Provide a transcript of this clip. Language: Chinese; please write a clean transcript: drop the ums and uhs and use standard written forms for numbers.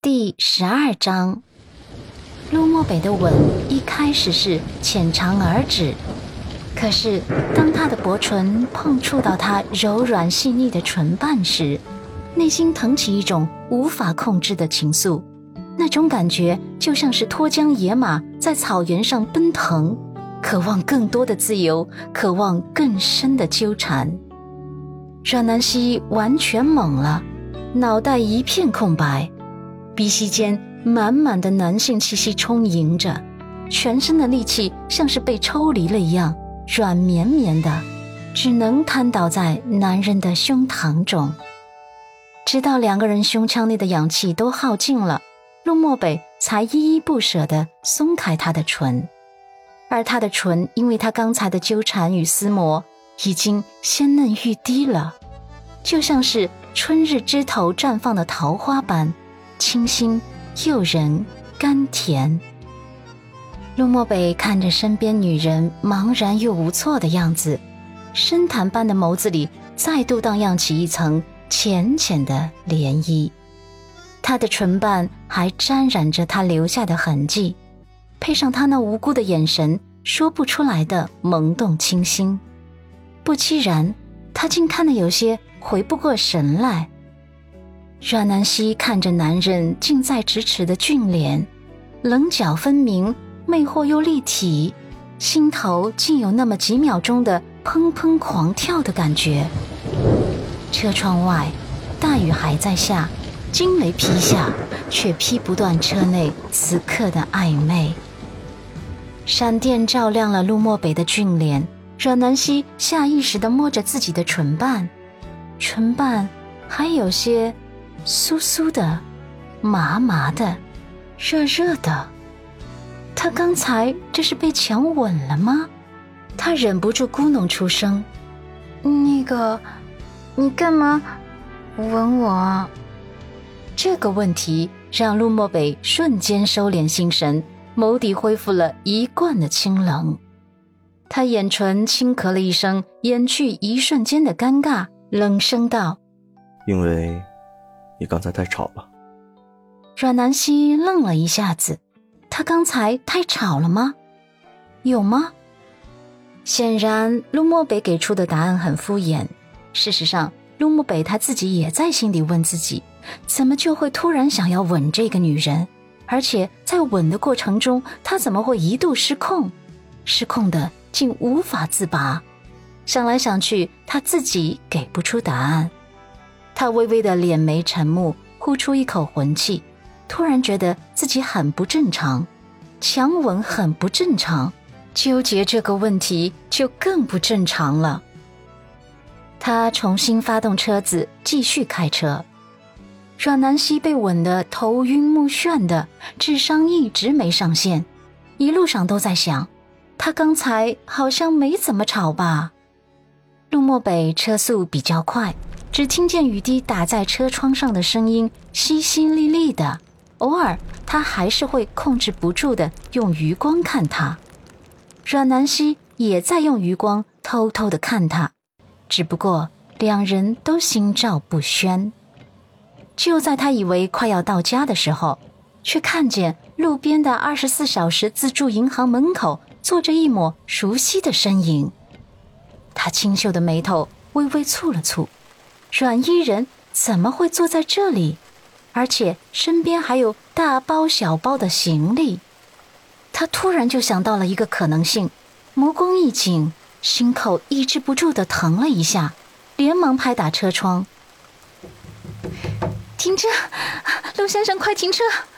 第12章，陆漠北的吻一开始是浅尝而止，可是当他的薄唇碰触到他柔软细腻的唇瓣时，内心腾起一种无法控制的情愫，那种感觉就像是脱缰野马在草原上奔腾，渴望更多的自由，渴望更深的纠缠。阮南希完全懵了，脑袋一片空白，鼻息间满满的男性气息充盈着，全身的力气像是被抽离了一样，软绵绵的，只能瘫倒在男人的胸膛中。直到两个人胸腔内的氧气都耗尽了，陆漠北才依依不舍地松开他的唇，而他的唇因为他刚才的纠缠与撕磨，已经鲜嫩欲滴了，就像是春日枝头绽放的桃花般清新诱人甘甜。陆漠北看着身边女人茫然又无措的样子，深潭般的眸子里再度荡漾起一层浅浅的涟漪，他的唇瓣还沾染着他留下的痕迹，配上他那无辜的眼神，说不出来的萌动清新。不期然，他竟看得有些回不过神来。阮南希看着男人近在咫尺的俊脸，棱角分明，魅惑又立体，心头竟有那么几秒钟的砰砰狂跳的感觉。车窗外，大雨还在下，惊雷劈下，却劈不断车内此刻的暧昧。闪电照亮了陆漠北的俊脸，阮南希下意识地摸着自己的唇瓣，唇瓣还有些酥酥的，麻麻的，热热的。他刚才这是被强吻了吗？他忍不住咕哝出声：那个，你干嘛吻我？这个问题让陆漠北瞬间收敛心神，眸底恢复了一贯的清冷。他眼唇轻咳了一声，掩去一瞬间的尴尬，冷声道： 因为你刚才太吵了。 阮南希愣了一下子，他刚才太吵了吗？有吗？显然陆漠北给出的答案很敷衍。事实上，陆漠北他自己也在心里问自己，怎么就会突然想要吻这个女人，而且在吻的过程中，他怎么会一度失控，失控的竟无法自拔。想来想去，他自己给不出答案。他微微的脸眉沉目，呼出一口魂气，突然觉得自己很不正常，强吻很不正常，纠结这个问题就更不正常了。他重新发动车子，继续开车。阮南希被吻得头晕目眩的，智商一直没上线，一路上都在想，他刚才好像没怎么吵吧。陆漠北车速比较快，只听见雨滴打在车窗上的声音淅淅沥沥的，偶尔他还是会控制不住的用余光看他。阮南希也在用余光偷偷的看他，只不过两人都心照不宣。就在他以为快要到家的时候，却看见路边的24小时自助银行门口坐着一抹熟悉的身影。他清秀的眉头微微蹙了蹙，阮伊人怎么会坐在这里？而且身边还有大包小包的行李。他突然就想到了一个可能性，眸光一紧，心口抑制不住地疼了一下，连忙拍打车窗：停车，陆先生，快停车！